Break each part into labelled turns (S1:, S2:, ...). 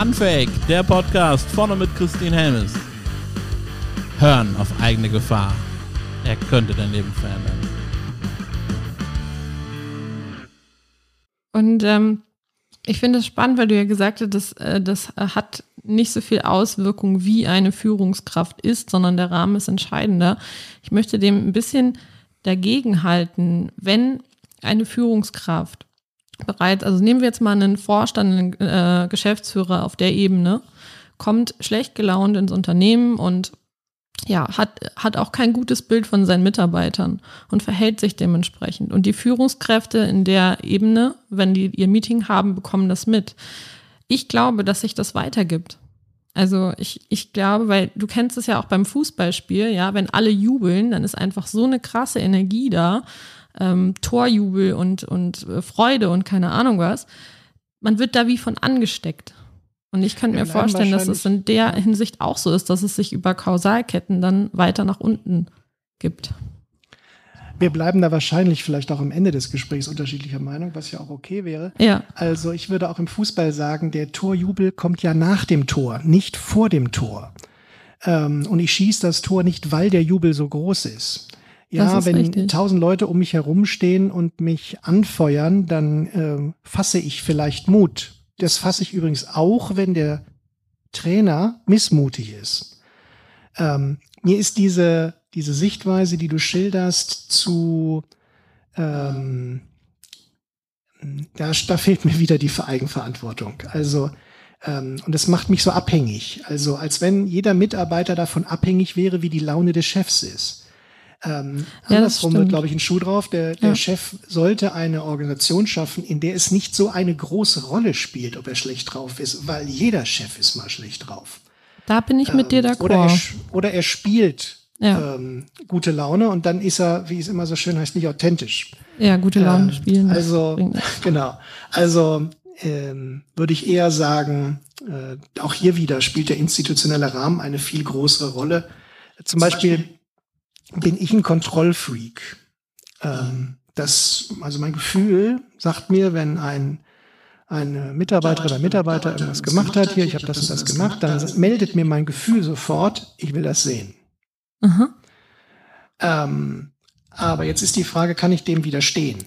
S1: Unfake, der Podcast vorne mit Christine Helmes. Hören auf eigene Gefahr. Er könnte dein Leben verändern.
S2: Und ich finde es spannend, weil du ja gesagt hast, das hat nicht so viel Auswirkung, wie eine Führungskraft ist, sondern der Rahmen ist entscheidender. Ich möchte dem ein bisschen dagegen halten, wenn eine Führungskraft bereits, also nehmen wir jetzt mal einen Vorstand, einen Geschäftsführer auf der Ebene, kommt schlecht gelaunt ins Unternehmen und ja, hat auch kein gutes Bild von seinen Mitarbeitern und verhält sich dementsprechend. Und die Führungskräfte in der Ebene, wenn die ihr Meeting haben, bekommen das mit. Ich glaube, dass sich das weitergibt. Also ich glaube, weil du kennst es ja auch beim Fußballspiel, ja, wenn alle jubeln, dann ist einfach so eine krasse Energie da, Torjubel und Freude und keine Ahnung was. Man wird da wie von angesteckt. Und ich könnte mir vorstellen, dass es in der Hinsicht auch so ist, dass es sich über Kausalketten dann weiter nach unten gibt.
S3: Wir bleiben da wahrscheinlich vielleicht auch am Ende des Gesprächs unterschiedlicher Meinung, was ja auch okay wäre.
S2: Ja.
S3: Also ich würde auch im Fußball sagen, der Torjubel kommt ja nach dem Tor, nicht vor dem Tor. Und ich schieße das Tor nicht, weil der Jubel so groß ist. Ja, wenn richtig. 1000 Leute um mich herumstehen und mich anfeuern, dann fasse ich vielleicht Mut. Das fasse ich übrigens auch, wenn der Trainer missmutig ist. Mir ist diese Sichtweise, die du schilderst, da fehlt mir wieder die Eigenverantwortung. Also, und das macht mich so abhängig. Also, als wenn jeder Mitarbeiter davon abhängig wäre, wie die Laune des Chefs ist. Andersrum wird, glaube ich, ein Schuh drauf. Der Chef sollte eine Organisation schaffen, in der es nicht so eine große Rolle spielt, ob er schlecht drauf ist, weil jeder Chef ist mal schlecht drauf.
S2: Da bin ich mit dir d'accord.
S3: Oder er spielt gute Laune und dann ist er, wie es immer so schön heißt, nicht authentisch.
S2: Ja, gute Laune spielen.
S3: Also, genau. Also würde ich eher sagen, auch hier wieder spielt der institutionelle Rahmen eine viel größere Rolle. Zum Beispiel bin ich ein Kontrollfreak. Also mein Gefühl sagt mir, wenn eine Mitarbeiterin oder Mitarbeiter irgendwas gemacht hat, hier, ich habe das und das gemacht, dann meldet mir mein Gefühl sofort, ich will das sehen. Aber jetzt ist die Frage, kann ich dem widerstehen?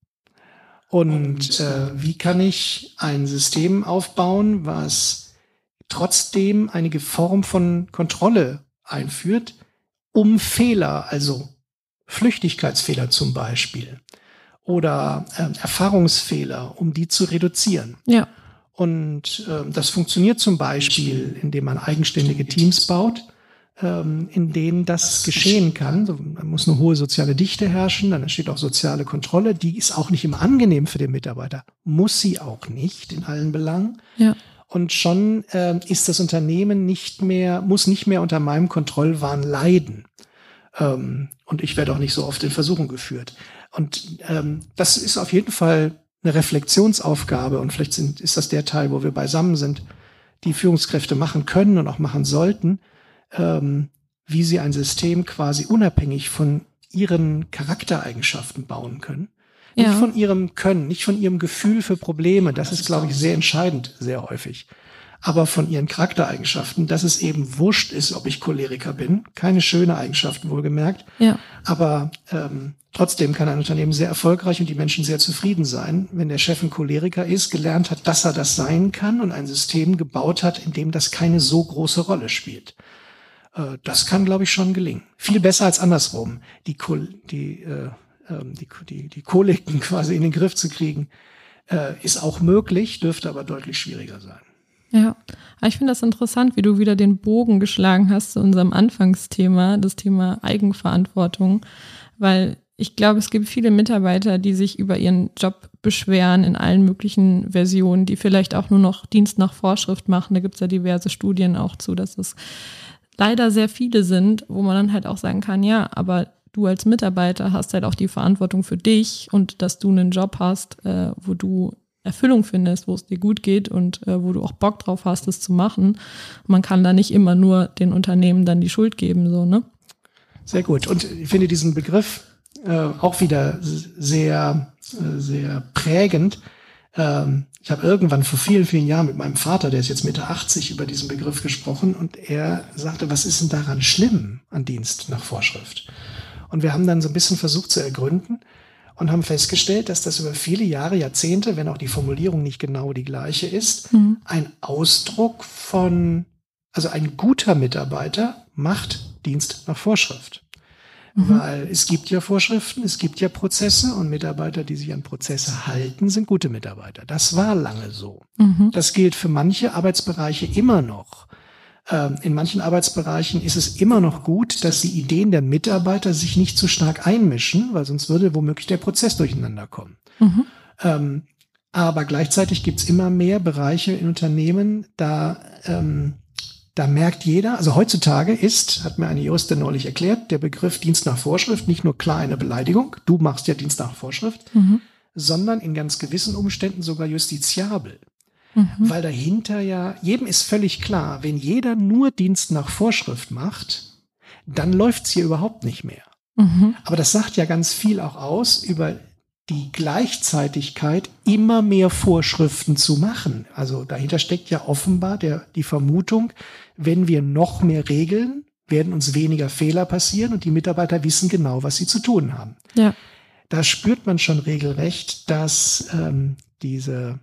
S3: Und wie kann ich ein System aufbauen, was trotzdem eine Form von Kontrolle einführt, um Fehler, also Flüchtigkeitsfehler zum Beispiel oder Erfahrungsfehler, um die zu reduzieren.
S2: Ja.
S3: Und das funktioniert zum Beispiel, indem man eigenständige Teams baut, in denen das geschehen kann. So, da muss eine hohe soziale Dichte herrschen, dann entsteht auch soziale Kontrolle. Die ist auch nicht immer angenehm für den Mitarbeiter. Muss sie auch nicht in allen Belangen.
S2: Ja. Und
S3: schon ist das Unternehmen muss nicht mehr unter meinem Kontrollwahn leiden. Und ich werde auch nicht so oft in Versuchung geführt. Und das ist auf jeden Fall eine Reflexionsaufgabe. Und vielleicht ist das der Teil, wo wir beisammen sind, die Führungskräfte machen können und auch machen sollten, wie sie ein System quasi unabhängig von ihren Charaktereigenschaften bauen können. Nicht von ihrem Können, nicht von ihrem Gefühl für Probleme. Das ist, glaube ich, sehr entscheidend, sehr häufig. Aber von ihren Charaktereigenschaften, dass es eben wurscht ist, ob ich Choleriker bin. Keine schöne Eigenschaften, wohlgemerkt.
S2: Ja.
S3: Aber trotzdem kann ein Unternehmen sehr erfolgreich und die Menschen sehr zufrieden sein, wenn der Chef ein Choleriker ist, gelernt hat, dass er das sein kann und ein System gebaut hat, in dem das keine so große Rolle spielt. Das kann, glaube ich, schon gelingen. Viel besser als andersrum. Die Koliken quasi in den Griff zu kriegen, ist auch möglich, dürfte aber deutlich schwieriger sein.
S2: Ja, aber ich finde das interessant, wie du wieder den Bogen geschlagen hast zu unserem Anfangsthema, das Thema Eigenverantwortung, weil ich glaube, es gibt viele Mitarbeiter, die sich über ihren Job beschweren in allen möglichen Versionen, die vielleicht auch nur noch Dienst nach Vorschrift machen. Da gibt es ja diverse Studien auch zu, dass es leider sehr viele sind, wo man dann halt auch sagen kann, ja, aber du als Mitarbeiter hast halt auch die Verantwortung für dich und dass du einen Job hast, wo du Erfüllung findest, wo es dir gut geht und wo du auch Bock drauf hast, das zu machen. Man kann da nicht immer nur den Unternehmen dann die Schuld geben, so, ne?
S3: Sehr gut. Und ich finde diesen Begriff auch wieder sehr, sehr prägend. Ich habe irgendwann vor vielen, vielen Jahren mit meinem Vater, der ist jetzt Mitte 80, über diesen Begriff gesprochen und er sagte, was ist denn daran schlimm an Dienst nach Vorschrift? Und wir haben dann so ein bisschen versucht zu ergründen und haben festgestellt, dass das über viele Jahre, Jahrzehnte, wenn auch die Formulierung nicht genau die gleiche ist, ein Ausdruck von, also ein guter Mitarbeiter macht Dienst nach Vorschrift. Weil es gibt ja Vorschriften, es gibt ja Prozesse und Mitarbeiter, die sich an Prozesse halten, sind gute Mitarbeiter. Das war lange so. Das gilt für manche Arbeitsbereiche immer noch. In manchen Arbeitsbereichen ist es immer noch gut, dass die Ideen der Mitarbeiter sich nicht zu stark einmischen, weil sonst würde womöglich der Prozess durcheinander kommen. Aber gleichzeitig gibt es immer mehr Bereiche in Unternehmen, da merkt jeder, also heutzutage ist, hat mir eine Juristin neulich erklärt, der Begriff Dienst nach Vorschrift nicht nur klar eine Beleidigung, du machst ja Dienst nach Vorschrift, sondern in ganz gewissen Umständen sogar justiziabel. Weil dahinter ja, jedem ist völlig klar, wenn jeder nur Dienst nach Vorschrift macht, dann läuft's hier überhaupt nicht mehr. Aber das sagt ja ganz viel auch aus über die Gleichzeitigkeit, immer mehr Vorschriften zu machen. Also dahinter steckt ja offenbar die Vermutung, wenn wir noch mehr regeln, werden uns weniger Fehler passieren und die Mitarbeiter wissen genau, was sie zu tun haben.
S2: Ja.
S3: Da spürt man schon regelrecht, dass das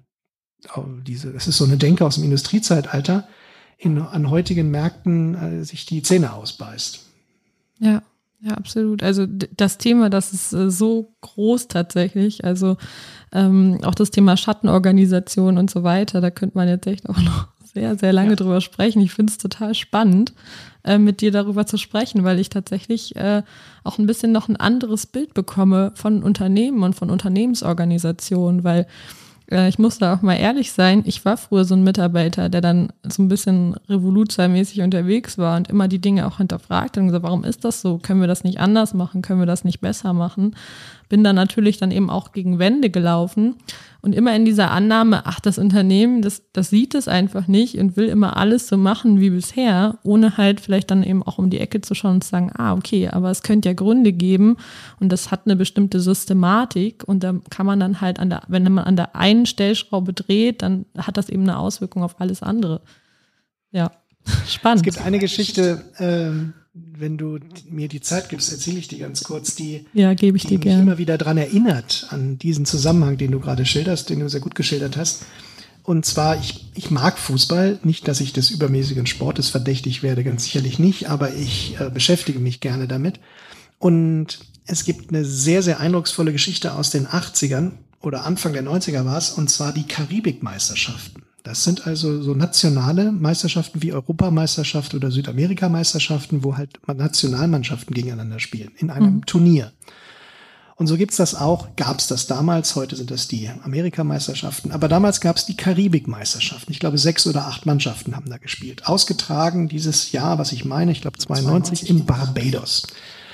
S3: ist so eine Denke aus dem Industriezeitalter, an heutigen Märkten sich die Zähne ausbeißt.
S2: Ja. Ja, absolut. Also das Thema, das ist so groß tatsächlich. Also auch das Thema Schattenorganisation und so weiter, da könnte man jetzt echt auch noch sehr, sehr lange drüber sprechen. Ich finde es total spannend, mit dir darüber zu sprechen, weil ich tatsächlich auch ein bisschen noch ein anderes Bild bekomme von Unternehmen und von Unternehmensorganisationen, weil ich muss da auch mal ehrlich sein, ich war früher so ein Mitarbeiter, der dann so ein bisschen revoluzermäßig unterwegs war und immer die Dinge auch hinterfragt und gesagt, warum ist das so? Können wir das nicht anders machen? Können wir das nicht besser machen? Bin dann natürlich dann eben auch gegen Wände gelaufen und immer in dieser Annahme, ach, das Unternehmen, das sieht es einfach nicht und will immer alles so machen wie bisher, ohne halt vielleicht dann eben auch um die Ecke zu schauen und zu sagen, okay, aber es könnte ja Gründe geben und das hat eine bestimmte Systematik und da kann man dann halt wenn man an der einen Stellschraube dreht, dann hat das eben eine Auswirkung auf alles andere. Ja, spannend.
S3: Es gibt eine Geschichte, wenn du mir die Zeit gibst, erzähle ich die ganz kurz, die
S2: mich
S3: immer wieder daran erinnert, an diesen Zusammenhang, den du gerade schilderst, den du sehr gut geschildert hast. Und zwar, ich mag Fußball, nicht, dass ich des übermäßigen Sportes verdächtig werde, ganz sicherlich nicht, aber ich beschäftige mich gerne damit. Und es gibt eine sehr, sehr eindrucksvolle Geschichte aus den 80ern oder Anfang der 90er war es, und zwar die Karibikmeisterschaften. Das sind also so nationale Meisterschaften wie Europameisterschaft oder Südamerikameisterschaften, wo halt Nationalmannschaften gegeneinander spielen in einem Turnier. Und so gab es das damals, heute sind das die Amerikameisterschaften, aber damals gab es die Karibikmeisterschaften. Ich glaube, 6 oder 8 Mannschaften haben da gespielt. Ausgetragen dieses Jahr, was ich meine, ich glaube 92 in Barbados.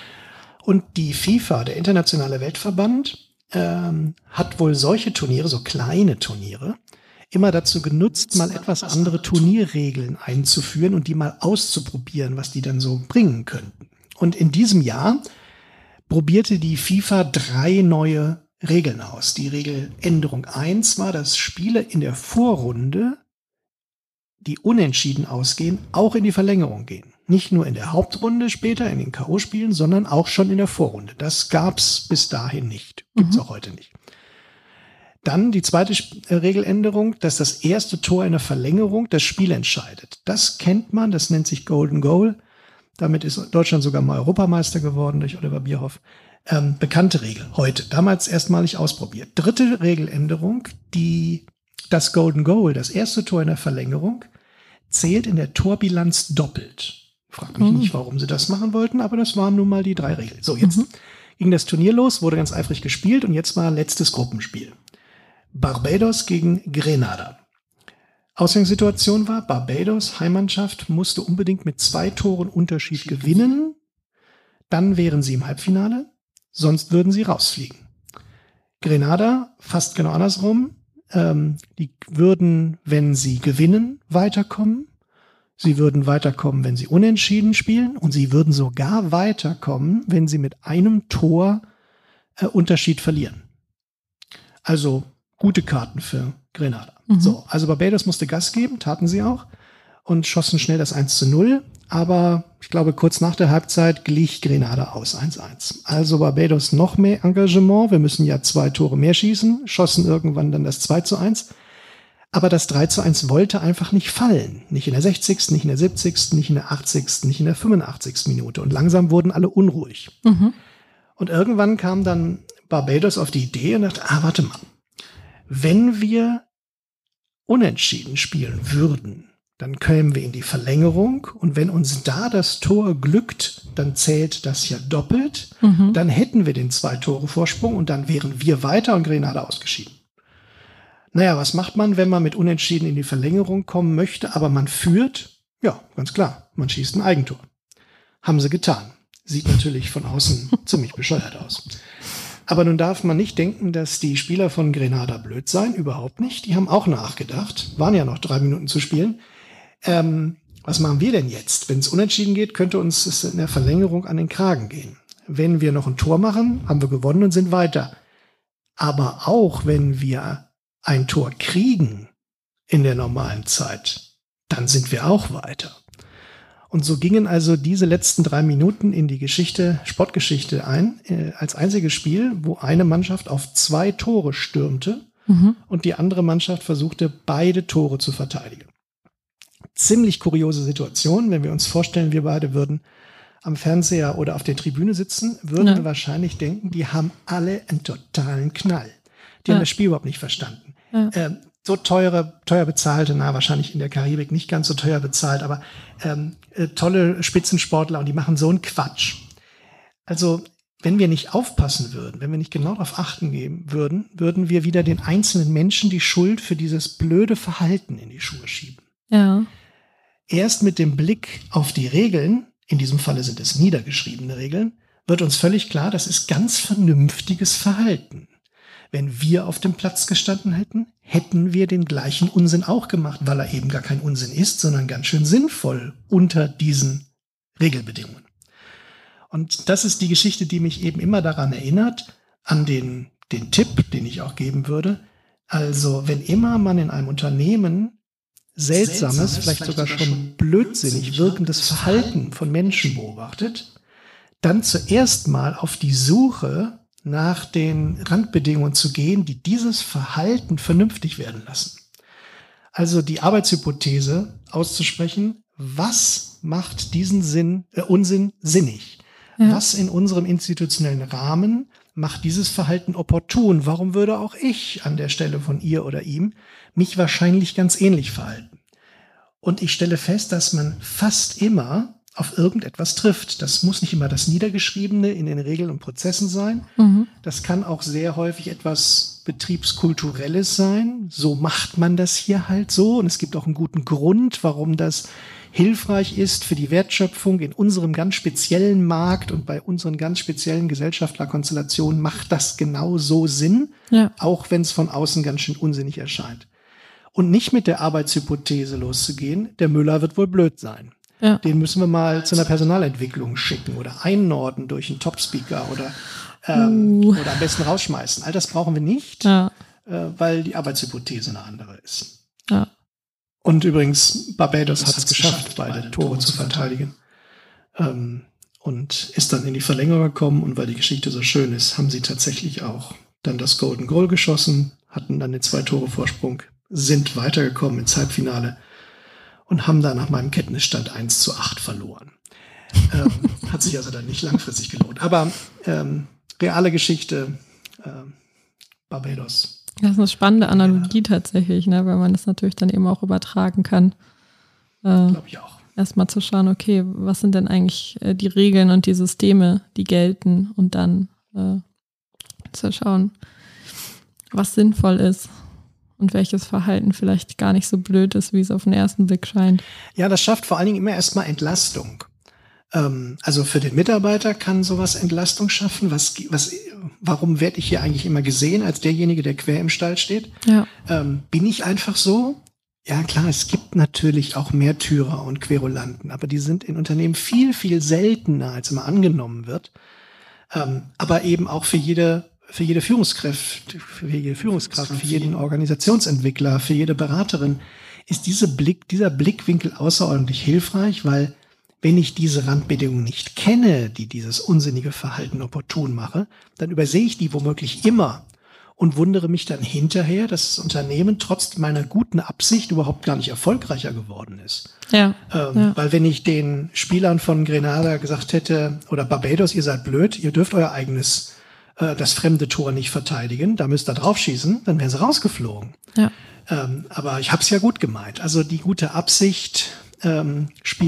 S3: Und die FIFA, der internationale Weltverband, hat wohl solche Turniere, so kleine Turniere, immer dazu genutzt, mal etwas andere Turnierregeln einzuführen und die mal auszuprobieren, was die dann so bringen könnten. Und in diesem Jahr probierte die FIFA 3 neue Regeln aus. Die Regeländerung 1 war, dass Spiele in der Vorrunde, die unentschieden ausgehen, auch in die Verlängerung gehen. Nicht nur in der Hauptrunde später, in den K.O.-Spielen, sondern auch schon in der Vorrunde. Das gab's bis dahin nicht. Gibt's auch heute nicht. Dann die zweite Regeländerung, dass das erste Tor in der Verlängerung das Spiel entscheidet. Das kennt man, das nennt sich Golden Goal. Damit ist Deutschland sogar mal Europameister geworden durch Oliver Bierhoff. Bekannte Regel heute, damals erstmalig ausprobiert. Dritte Regeländerung, das Golden Goal, das erste Tor in der Verlängerung, zählt in der Torbilanz doppelt. Frag mich nicht, warum sie das machen wollten, aber das waren nun mal die 3 Regeln. So, jetzt ging das Turnier los, wurde ganz eifrig gespielt und jetzt war letztes Gruppenspiel. Barbados gegen Grenada. Ausgangssituation war, Barbados, Heimmannschaft, musste unbedingt mit 2 Toren Unterschied gewinnen. Dann wären sie im Halbfinale, sonst würden sie rausfliegen. Grenada, fast genau andersrum. Die würden, wenn sie gewinnen, weiterkommen. Sie würden weiterkommen, wenn sie unentschieden spielen. Und sie würden sogar weiterkommen, wenn sie mit einem Tor Unterschied verlieren. Also gute Karten für Grenada. So, also Barbados musste Gas geben, taten sie auch und schossen schnell das 1:0. Aber ich glaube, kurz nach der Halbzeit glich Grenada aus 1:1. Also Barbados noch mehr Engagement. Wir müssen ja 2 Tore mehr schießen, schossen irgendwann dann das 2:1. Aber das 3:1 wollte einfach nicht fallen. Nicht in der 60., nicht in der 70., nicht in der 80., nicht in der 85. Minute. Und langsam wurden alle unruhig. Und irgendwann kam dann Barbados auf die Idee und dachte, warte mal, wenn wir unentschieden spielen würden, dann kämen wir in die Verlängerung und wenn uns da das Tor glückt, dann zählt das ja doppelt. Dann hätten wir den 2-Tore-Vorsprung und dann wären wir weiter und Grenada ausgeschieden. Naja, was macht man, wenn man mit Unentschieden in die Verlängerung kommen möchte, aber man führt? Ja, ganz klar, man schießt ein Eigentor. Haben sie getan. Sieht natürlich von außen ziemlich bescheuert aus. Aber nun darf man nicht denken, dass die Spieler von Grenada blöd seien, überhaupt nicht. Die haben auch nachgedacht, waren ja noch 3 Minuten zu spielen. Was machen wir denn jetzt? Wenn es unentschieden geht, könnte uns es in der Verlängerung an den Kragen gehen. Wenn wir noch ein Tor machen, haben wir gewonnen und sind weiter. Aber auch wenn wir ein Tor kriegen in der normalen Zeit, dann sind wir auch weiter. Und so gingen also diese letzten 3 Minuten in die Sportgeschichte ein, als einziges Spiel, wo eine Mannschaft auf 2 Tore stürmte und die andere Mannschaft versuchte, beide Tore zu verteidigen. Ziemlich kuriose Situation, wenn wir uns vorstellen, wir beide würden am Fernseher oder auf der Tribüne sitzen, würden wir wahrscheinlich denken, die haben alle einen totalen Knall. Die haben das Spiel überhaupt nicht verstanden. So teuer bezahlte, wahrscheinlich in der Karibik nicht ganz so teuer bezahlt, aber tolle Spitzensportler und die machen so einen Quatsch. Also, wenn wir nicht aufpassen würden, wenn wir nicht genau darauf achten geben würden, würden wir wieder den einzelnen Menschen die Schuld für dieses blöde Verhalten in die Schuhe schieben.
S2: Ja.
S3: Erst mit dem Blick auf die Regeln, in diesem Falle sind es niedergeschriebene Regeln, wird uns völlig klar, das ist ganz vernünftiges Verhalten. Wenn wir auf dem Platz gestanden hätten, hätten wir den gleichen Unsinn auch gemacht, weil er eben gar kein Unsinn ist, sondern ganz schön sinnvoll unter diesen Regelbedingungen. Und das ist die Geschichte, die mich eben immer daran erinnert, an den Tipp, den ich auch geben würde. Also, wenn immer man in einem Unternehmen seltsames, vielleicht sogar schon blödsinnig wirkendes Verhalten von Menschen beobachtet, dann zuerst mal auf die Suche nach den Randbedingungen zu gehen, die dieses Verhalten vernünftig werden lassen. Also die Arbeitshypothese auszusprechen, was macht diesen Unsinn sinnig? Ja. Was in unserem institutionellen Rahmen macht dieses Verhalten opportun? Warum würde auch ich an der Stelle von ihr oder ihm mich wahrscheinlich ganz ähnlich verhalten? Und ich stelle fest, dass man fast immer auf irgendetwas trifft. Das muss nicht immer das Niedergeschriebene in den Regeln und Prozessen sein. Das kann auch sehr häufig etwas Betriebskulturelles sein. So macht man das hier halt so. Und es gibt auch einen guten Grund, warum das hilfreich ist für die Wertschöpfung in unserem ganz speziellen Markt und bei unseren ganz speziellen Gesellschaftlerkonstellationen macht das genau so Sinn, auch wenn es von außen ganz schön unsinnig erscheint. Und nicht mit der Arbeitshypothese loszugehen, der Müller wird wohl blöd sein. Ja. Den müssen wir mal zu einer Personalentwicklung schicken oder einnorden durch einen Topspeaker oder am besten rausschmeißen. All das brauchen wir nicht, weil die Arbeitshypothese eine andere ist. Ja. Und übrigens, Barbados hat es geschafft, beide Tore zu verteidigen. Und ist dann in die Verlängerung gekommen. Und weil die Geschichte so schön ist, haben sie tatsächlich auch dann das Golden Goal geschossen, hatten dann den 2-Tore-Vorsprung, sind weitergekommen ins Halbfinale und haben da nach meinem Kenntnisstand 1:8 verloren. Hat sich also dann nicht langfristig gelohnt. Aber reale Geschichte, Barbados.
S2: Das ist eine spannende Analogie tatsächlich, ne, weil man das natürlich dann eben auch übertragen kann.
S3: Glaube ich auch.
S2: Erstmal zu schauen, okay, was sind denn eigentlich die Regeln und die Systeme, die gelten und dann zu schauen, was sinnvoll ist. Und welches Verhalten vielleicht gar nicht so blöd ist, wie es auf den ersten Blick scheint.
S3: Ja, das schafft vor allen Dingen immer erstmal Entlastung. Also für den Mitarbeiter kann sowas Entlastung schaffen. Warum werde ich hier eigentlich immer gesehen als derjenige, der quer im Stall steht? Ja. Bin ich einfach so? Ja klar, es gibt natürlich auch Märtyrer und Querulanten, aber die sind in Unternehmen viel, viel seltener, als immer angenommen wird. Aber eben auch für jede für jede Führungskraft, für jeden Organisationsentwickler, für jede Beraterin ist dieser Blickwinkel außerordentlich hilfreich, weil wenn ich diese Randbedingungen nicht kenne, die dieses unsinnige Verhalten opportun mache, dann übersehe ich die womöglich immer und wundere mich dann hinterher, dass das Unternehmen trotz meiner guten Absicht überhaupt gar nicht erfolgreicher geworden ist.
S2: Ja.
S3: Weil wenn ich den Spielern von Grenada gesagt hätte, oder Barbados, ihr seid blöd, ihr dürft euer eigenes, das fremde Tor nicht verteidigen, da müsst ihr draufschießen, dann wären sie rausgeflogen.
S2: Ja.
S3: Aber ich habe es ja gut gemeint. Also die gute Absicht kann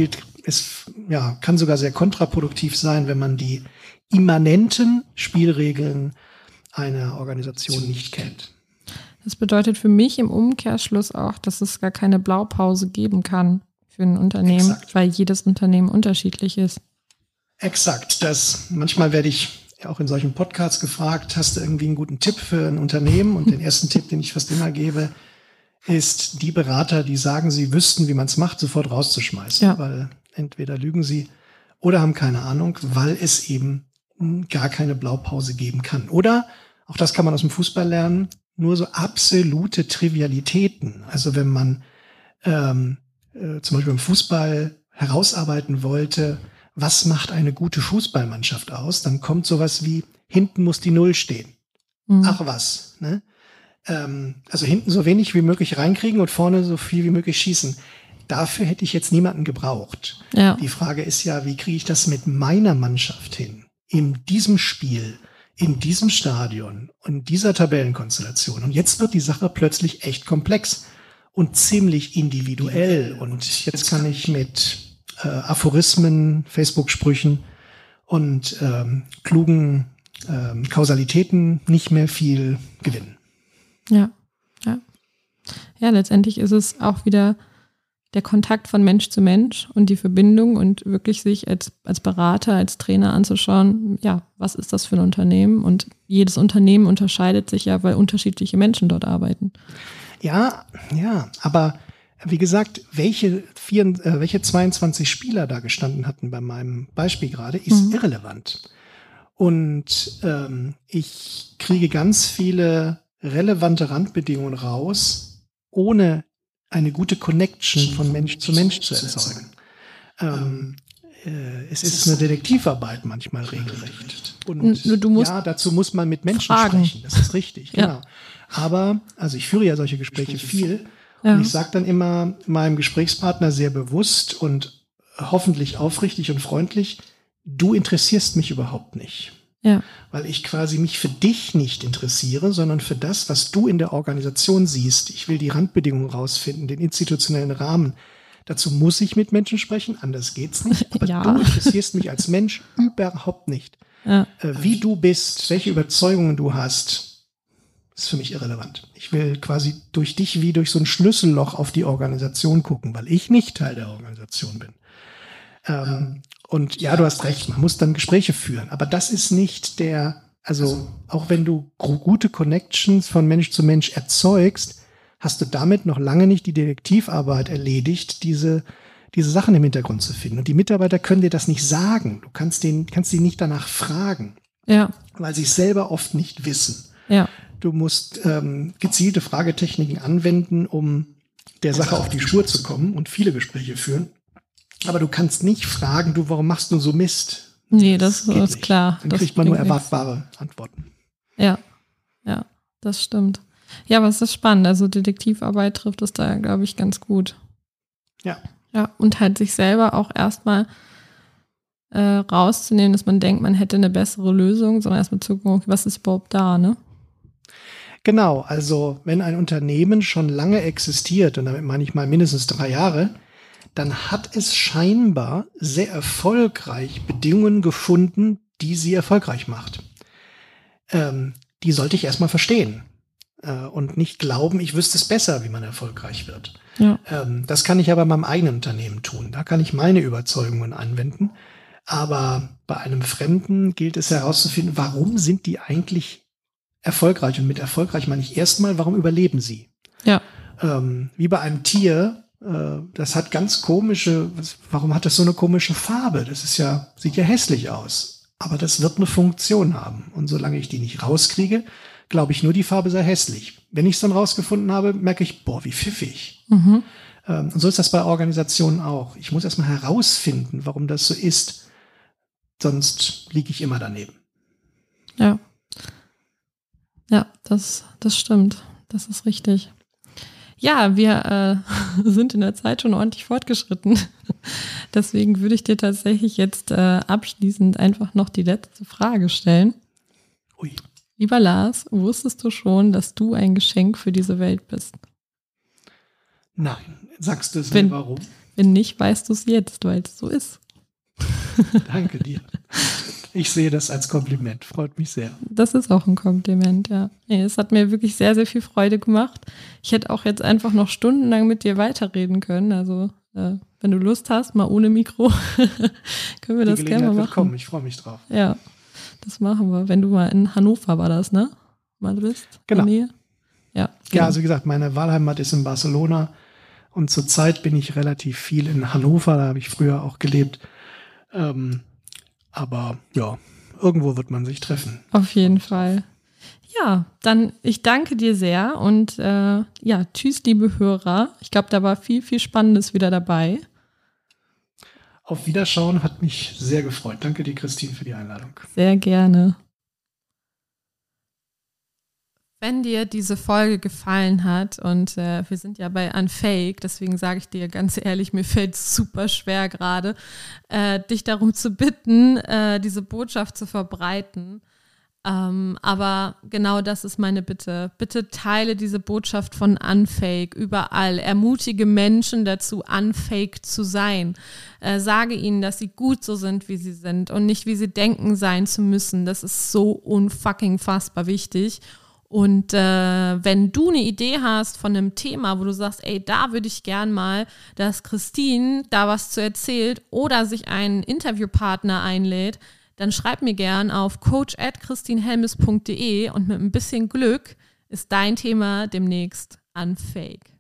S3: sogar sehr kontraproduktiv sein, wenn man die immanenten Spielregeln einer Organisation nicht kennt.
S2: Das bedeutet für mich im Umkehrschluss auch, dass es gar keine Blaupause geben kann für ein Unternehmen,
S3: Exakt.
S2: weil jedes Unternehmen unterschiedlich ist.
S3: Exakt. Manchmal werde ich auch in solchen Podcasts gefragt, hast du irgendwie einen guten Tipp für ein Unternehmen? Und den ersten Tipp, den ich fast immer gebe, ist, die Berater, die sagen, sie wüssten, wie man es macht, sofort rauszuschmeißen. Ja. Weil entweder lügen sie oder haben keine Ahnung, weil es eben gar keine Blaupause geben kann. Oder, auch das kann man aus dem Fußball lernen, nur so absolute Trivialitäten. Also wenn man zum Beispiel im Fußball herausarbeiten wollte, was macht eine gute Fußballmannschaft aus, dann kommt sowas wie, hinten muss die Null stehen. Mhm. Ach was, ne? Also hinten so wenig wie möglich reinkriegen und vorne so viel wie möglich schießen. Dafür hätte ich jetzt niemanden gebraucht. Ja. Die Frage ist ja, wie kriege ich das mit meiner Mannschaft hin? In diesem Spiel, in diesem Stadion und dieser Tabellenkonstellation. Und jetzt wird die Sache plötzlich echt komplex und ziemlich individuell. Und jetzt kann ich mit Aphorismen, Facebook-Sprüchen und klugen Kausalitäten nicht mehr viel gewinnen.
S2: Ja. Ja, letztendlich ist es auch wieder der Kontakt von Mensch zu Mensch und die Verbindung und wirklich sich als Berater, als Trainer anzuschauen, ja, was ist das für ein Unternehmen? Und jedes Unternehmen unterscheidet sich ja, weil unterschiedliche Menschen dort arbeiten.
S3: Ja, aber wie gesagt, welche 22 Spieler da gestanden hatten bei meinem Beispiel gerade, ist irrelevant. Und ich kriege ganz viele relevante Randbedingungen raus, ohne eine gute Connection von Mensch zu Mensch zu erzeugen. Es ist eine Detektivarbeit manchmal regelrecht. Und
S2: du musst
S3: dazu muss man mit Menschen sprechen, das ist richtig, genau. Aber, also ich führe ja solche Gespräche viel und ich sage dann immer meinem Gesprächspartner sehr bewusst und hoffentlich aufrichtig und freundlich, du interessierst mich überhaupt nicht. Ja. Weil ich quasi mich für dich nicht interessiere, sondern für das, was du in der Organisation siehst. Ich will die Randbedingungen rausfinden, den institutionellen Rahmen. Dazu muss ich mit Menschen sprechen, anders geht's nicht. Aber du interessierst mich als Mensch überhaupt nicht. Ja. Wie du bist, welche Überzeugungen du hast, ist für mich irrelevant. Ich will quasi durch dich wie durch so ein Schlüsselloch auf die Organisation gucken, weil ich nicht Teil der Organisation bin. Und ja, du hast recht, man muss dann Gespräche führen. Aber das ist nicht auch wenn du gute Connections von Mensch zu Mensch erzeugst, hast du damit noch lange nicht die Detektivarbeit erledigt, diese Sachen im Hintergrund zu finden. Und die Mitarbeiter können dir das nicht sagen. Du kannst die nicht danach fragen. Ja. Weil sie es selber oft nicht wissen. Ja. Du musst gezielte Fragetechniken anwenden, um der Sache auf die Spur zu kommen und viele Gespräche führen. Aber du kannst nicht fragen, warum machst du so Mist?
S2: Nee, das ist klar.
S3: Dann kriegt man nur erwartbare Antworten.
S2: Ja, das stimmt. Ja, aber es ist spannend. Also Detektivarbeit trifft es da, glaube ich, ganz gut. Ja. Ja, und halt sich selber auch erstmal rauszunehmen, dass man denkt, man hätte eine bessere Lösung, sondern erstmal zu gucken, was ist überhaupt da, ne?
S3: Genau, also wenn ein Unternehmen schon lange existiert, und damit meine ich mal mindestens 3 Jahre, dann hat es scheinbar sehr erfolgreich Bedingungen gefunden, die sie erfolgreich macht. Die sollte ich erstmal verstehen und nicht glauben, ich wüsste es besser, wie man erfolgreich wird. Ja. Das kann ich aber in meinem eigenen Unternehmen tun. Da kann ich meine Überzeugungen anwenden. Aber bei einem Fremden gilt es herauszufinden, warum sind die eigentlich erfolgreich? Und mit erfolgreich meine ich erstmal, warum überleben sie? Ja. Wie bei einem Tier, das hat ganz warum hat das so eine komische Farbe? Sieht ja hässlich aus. aber das wird eine Funktion haben. Und solange ich die nicht rauskriege, glaube ich nur, die Farbe sei hässlich. Wenn ich es dann rausgefunden habe, merke ich, boah, wie pfiffig. Und so ist das bei Organisationen auch. Ich muss erstmal herausfinden, warum das so ist. Sonst liege ich immer daneben.
S2: Ja. Ja, das stimmt. Das ist richtig. Ja, wir sind in der Zeit schon ordentlich fortgeschritten. Deswegen würde ich dir tatsächlich jetzt abschließend einfach noch die letzte Frage stellen.
S3: Ui.
S2: Lieber Lars, wusstest du schon, dass du ein Geschenk für diese Welt bist?
S3: Nein. Sagst du es mir, warum?
S2: Wenn nicht, weißt du es jetzt, weil es so ist.
S3: Danke dir. Ich sehe das als Kompliment. Freut mich sehr.
S2: Das ist auch ein Kompliment, ja. Nee, es hat mir wirklich sehr, sehr viel Freude gemacht. Ich hätte auch jetzt einfach noch stundenlang mit dir weiterreden können. Also, wenn du Lust hast, mal ohne Mikro, können wir das gerne mal machen.
S3: Kommen. Ich freue mich drauf.
S2: Ja, das machen wir. Wenn du mal in Hannover war das, ne? Mal bist.
S3: Genau.
S2: In der Nähe. Ja,
S3: ja, also wie gesagt, meine Wahlheimat ist in Barcelona und zurzeit bin ich relativ viel in Hannover. Da habe ich früher auch gelebt. Aber ja, irgendwo wird man sich treffen.
S2: Auf jeden Fall. Ja, dann ich danke dir sehr und ja, tschüss, liebe Hörer. Ich glaube, da war viel, viel Spannendes wieder dabei.
S3: Auf Wiederschauen, hat mich sehr gefreut. Danke dir, Christine, für die Einladung.
S2: Sehr gerne. Wenn dir diese Folge gefallen hat und wir sind ja bei Unfake, deswegen sage ich dir ganz ehrlich, mir fällt es super schwer gerade, dich darum zu bitten, diese Botschaft zu verbreiten. Aber genau das ist meine Bitte. Bitte teile diese Botschaft von Unfake überall. Ermutige Menschen dazu, Unfake zu sein. Sage ihnen, dass sie gut so sind, wie sie sind und nicht, wie sie denken, sein zu müssen. Das ist so unfucking fassbar wichtig. Und wenn du eine Idee hast von einem Thema, wo du sagst, ey, da würde ich gern mal, dass Christine da was zu erzählt oder sich einen Interviewpartner einlädt, dann schreib mir gern auf coach@christinhelmes.de und mit ein bisschen Glück ist dein Thema demnächst Unfake.